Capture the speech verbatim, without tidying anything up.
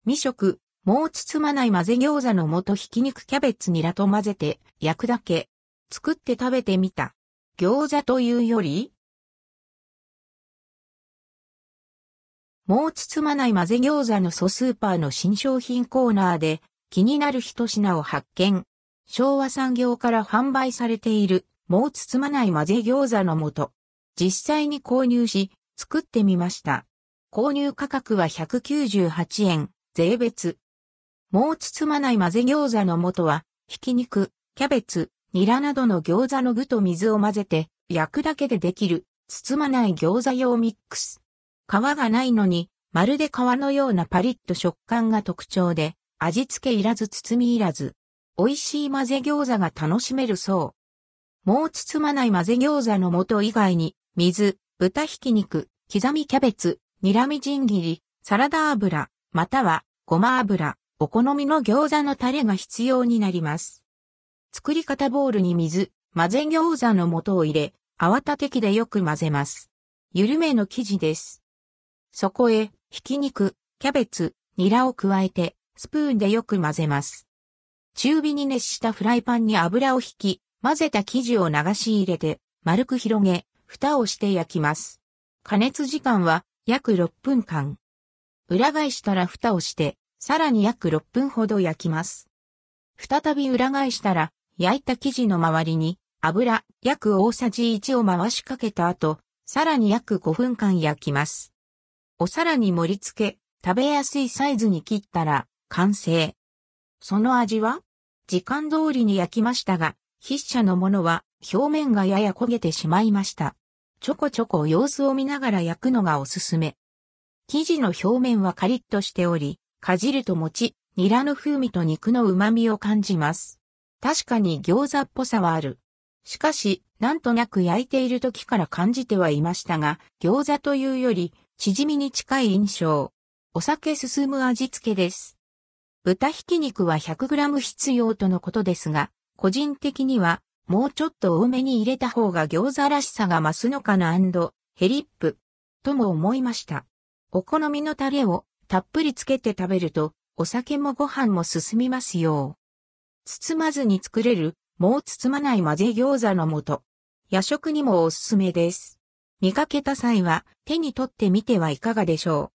未食、もう包まない混ぜ餃子の素ひき肉キャベツニラと混ぜて焼くだけ。作って食べてみた。餃子というよりもう包まない混ぜ餃子の素スーパーの新商品コーナーで気になる一品を発見。昭和産業から販売されているもう包まない混ぜ餃子の素。実際に購入し作ってみました。購入価格はひゃくきゅうじゅうはちえん、税別。もう包まない混ぜ餃子の素はひき肉、キャベツ、ニラなどの餃子の具と水を混ぜて焼くだけでできる包まない餃子用ミックス。皮がないのにまるで皮のようなパリッと食感が特徴で味付けいらず包みいらず美味しい混ぜ餃子が楽しめるそう。もう包まない混ぜ餃子の素以外に水、豚ひき肉、刻みキャベツ、ニラみじん切り、サラダ油、またはごま油、お好みの餃子のタレが必要になります。作り方ボウルに水、混ぜ餃子の素を入れ、泡立て器でよく混ぜます。緩めの生地です。そこへ、ひき肉、キャベツ、ニラを加えて、スプーンでよく混ぜます。中火に熱したフライパンに油を引き、混ぜた生地を流し入れて、丸く広げ、蓋をして焼きます。加熱時間は約ろっぷんかん。裏返したら蓋をして、さらに約ろっぷんほど焼きます。再び裏返したら、焼いた生地の周りに油約大さじいちを回しかけた後、さらに約ごふんかん焼きます。お皿に盛り付け、食べやすいサイズに切ったら完成。その味は時間通りに焼きましたが、筆者のものは表面がやや焦げてしまいました。ちょこちょこ様子を見ながら焼くのがおすすめ。生地の表面はカリッとしており、かじるともち、ニラの風味と肉の旨味を感じます。確かに餃子っぽさはある。しかし、なんとなく焼いている時から感じてはいましたが、餃子というより、チヂミに近い印象。お酒進む味付けです。豚ひき肉は ひゃくグラム 必要とのことですが、個人的には、もうちょっと多めに入れた方が餃子らしさが増すのかな&ヘリップ、とも思いました。お好みのタレをたっぷりつけて食べると、お酒もご飯も進みますよ。包まずに作れる、もう包まない混ぜ餃子の素。夜食にもおすすめです。見かけた際は手に取ってみてはいかがでしょう。